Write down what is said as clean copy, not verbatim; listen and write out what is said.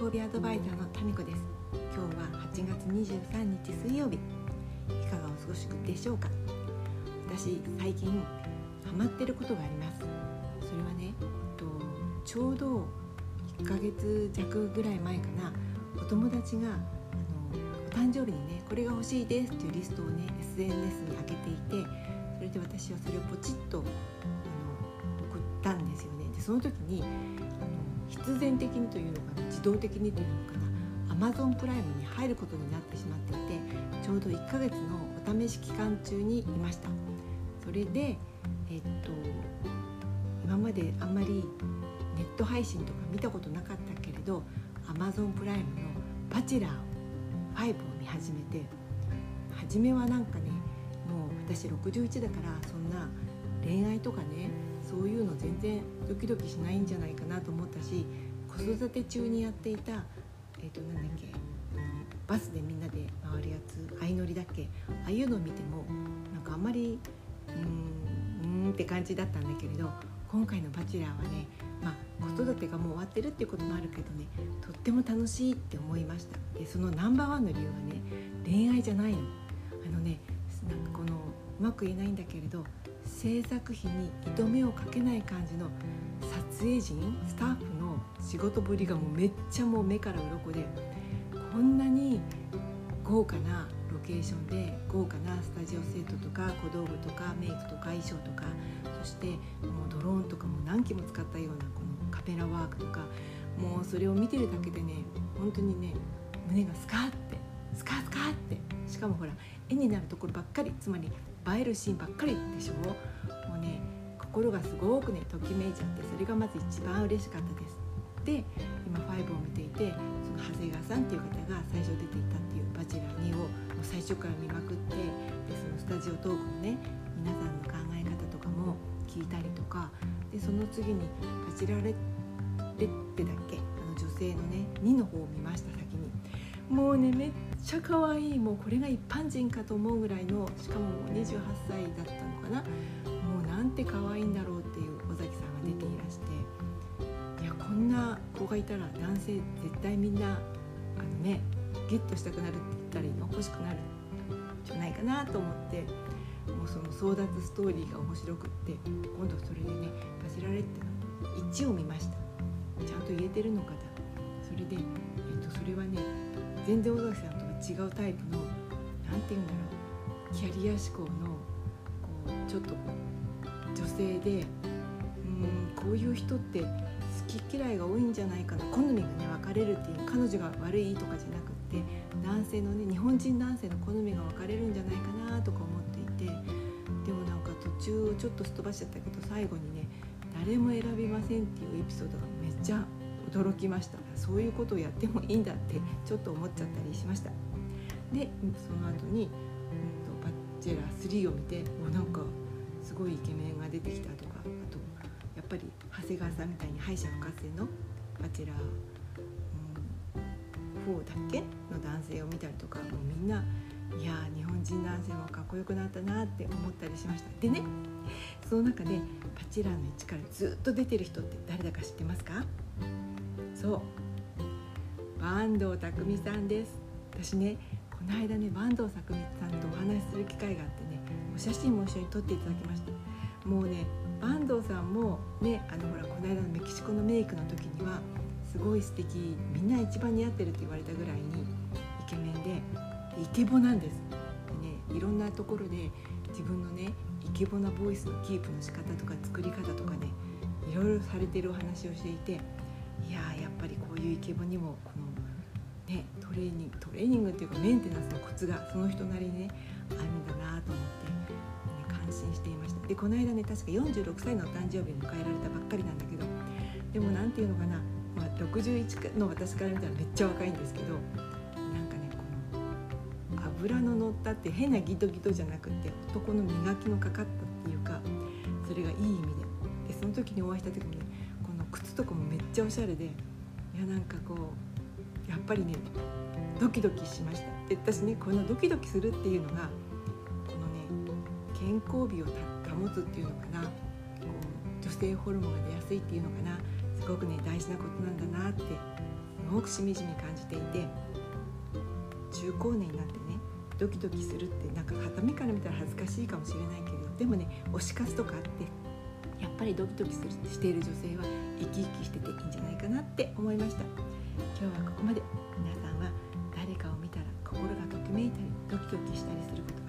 美アドバイザーのタミコです。今日は8月23日水曜日、いかがお過ごしでしょうか。私最近ハマってることがあります。それはね、ちょうど1ヶ月弱ぐらい前かな、お友達がお誕生日にね、これが欲しいですっていうリストをね SNS に上げていて、それで私はそれをポチッと送ったんですよね。でその時に必然的にというのかな、自動的にというのかな、 Amazon プライムに入ることになってしまっていて、ちょうど1ヶ月のお試し期間中にいました。それで今まであんまりネット配信とか見たことなかったけれど、 Amazon プライムのバチェラー5を見始めて、初めはなんかね、もう私61だからそんな恋愛とかね、そういうの全然ドキドキしないんじゃないかなと思ったし、子育て中にやっていたなんだっけ、バスでみんなで回るやつ、相乗りだっけ、ああいうのを見てもなんかあんまりって感じだったんだけれど、今回のバチェラーはね、子育てがもう終わってるっていうこともあるけどね、とっても楽しいって思いました。でそのナンバーワンの理由はね、恋愛じゃないの。なんかこのうまく言えないんだけれど、制作費に糸目をかけない感じの撮影陣、スタッフの仕事ぶりがもうめっちゃもう目から鱗で、こんなに豪華なロケーションで豪華なスタジオセットとか小道具とかメイクとか衣装とか、そしてもうドローンとかも何機も使ったようなこのカメラワークとか、もうそれを見てるだけでね、本当にね、胸がスカーって、しかもほら絵になるところばっかり、つまり映えるシーンばっかりでしょ。もうね、心がすごくねときめいちゃって、それがまず一番嬉しかったです。で今5を見ていて、その長谷川さんっていう方が最初出ていたっていうバチェラー2をもう最初から見まくって、でそのスタジオトークのね、皆さんの考え方とかも聞いたりとか、でその次にバチェラレッテだっけ、女性のね2の方を見ました。先にもうね、めっちゃ可愛い、もうこれが一般人かと思うぐらいの、しかも28歳だったのかな、もうなんて可愛いんだろうっていう尾崎さんが出ていらして、いや、こんな子がいたら男性絶対みんなゲットしたくなるって言ったらいいの、欲しくなるんじゃないかなと思って、もうその争奪ストーリーが面白くって、今度それでねバチェラレッテの1を見ました。ちゃんと言えてるのかだ。それで、それはね、全然尾崎さんとは違うタイプの、なんていうんだろう、キャリア志向のちょっと女性で、こういう人って好き嫌いが多いんじゃないかな、好みがね分かれるっていう、彼女が悪いとかじゃなくって、男性のね、日本人男性の好みが分かれるんじゃないかなとか思っていて、でもなんか途中ちょっとすっ飛ばしちゃったけど、最後にね、誰も選びませんっていうエピソードがめっちゃ驚きました。そういうことをやってもいいんだってちょっと思っちゃったりしました。でその後に、バチェラー3を見て、もうなんかすごいイケメンが出てきたとか、あとやっぱり長谷川さんみたいに敗者復活戦のバチェラー、4だっけの男性を見たりとか、もうみんな、いや日本人男性もかっこよくなったなって思ったりしました。でね、その中でバチェラーの1からずっと出てる人って誰だか知ってますか？そう、坂東匠さんです。私ね、この間ね、坂東匠さんとお話しする機会があってね、お写真も一緒に撮っていただきました。もうね、坂東さんもね、ほらこの間のメキシコのメイクの時にはすごい素敵、みんな一番似合ってるって言われたぐらいにイケメンで、イケボなんです。でね、いろんなところで自分のねイケボなボイスのキープの仕方とか作り方とかね、いろいろされているお話をしていて、いややっぱりこういうイケボにもこのね、トレーニングっていうかメンテナンスのコツがその人なりにねあるんだなと思って、ね、感心していました。でこの間ね、確か46歳のお誕生日を迎えられたばっかりなんだけど、でもなんていうのかな、61の私から見たらめっちゃ若いんですけど、なんかね、この脂の乗ったって変なギトギトじゃなくて、男の磨きのかかったっていうか、それがいい意味で、その時にお会いした時もね、この靴とかもめっちゃおしゃれで、いやなんかこうやっぱりねドキドキしました。で私ね、このドキドキするっていうのが、このね健康美を保つっていうのかな、こう女性ホルモンが出やすいっていうのかな、すごくね大事なことなんだなってごくしみじみ感じていて、中高年になってねドキドキするってなんか傍目から見たら恥ずかしいかもしれないけれど、でもね推し活とかあってやっぱりドキドキしている女性は生き生きしてていいんじゃないかなって思いました。今日はここまで。皆さんは誰かを見たら心がときめいたりドキドキしたりすること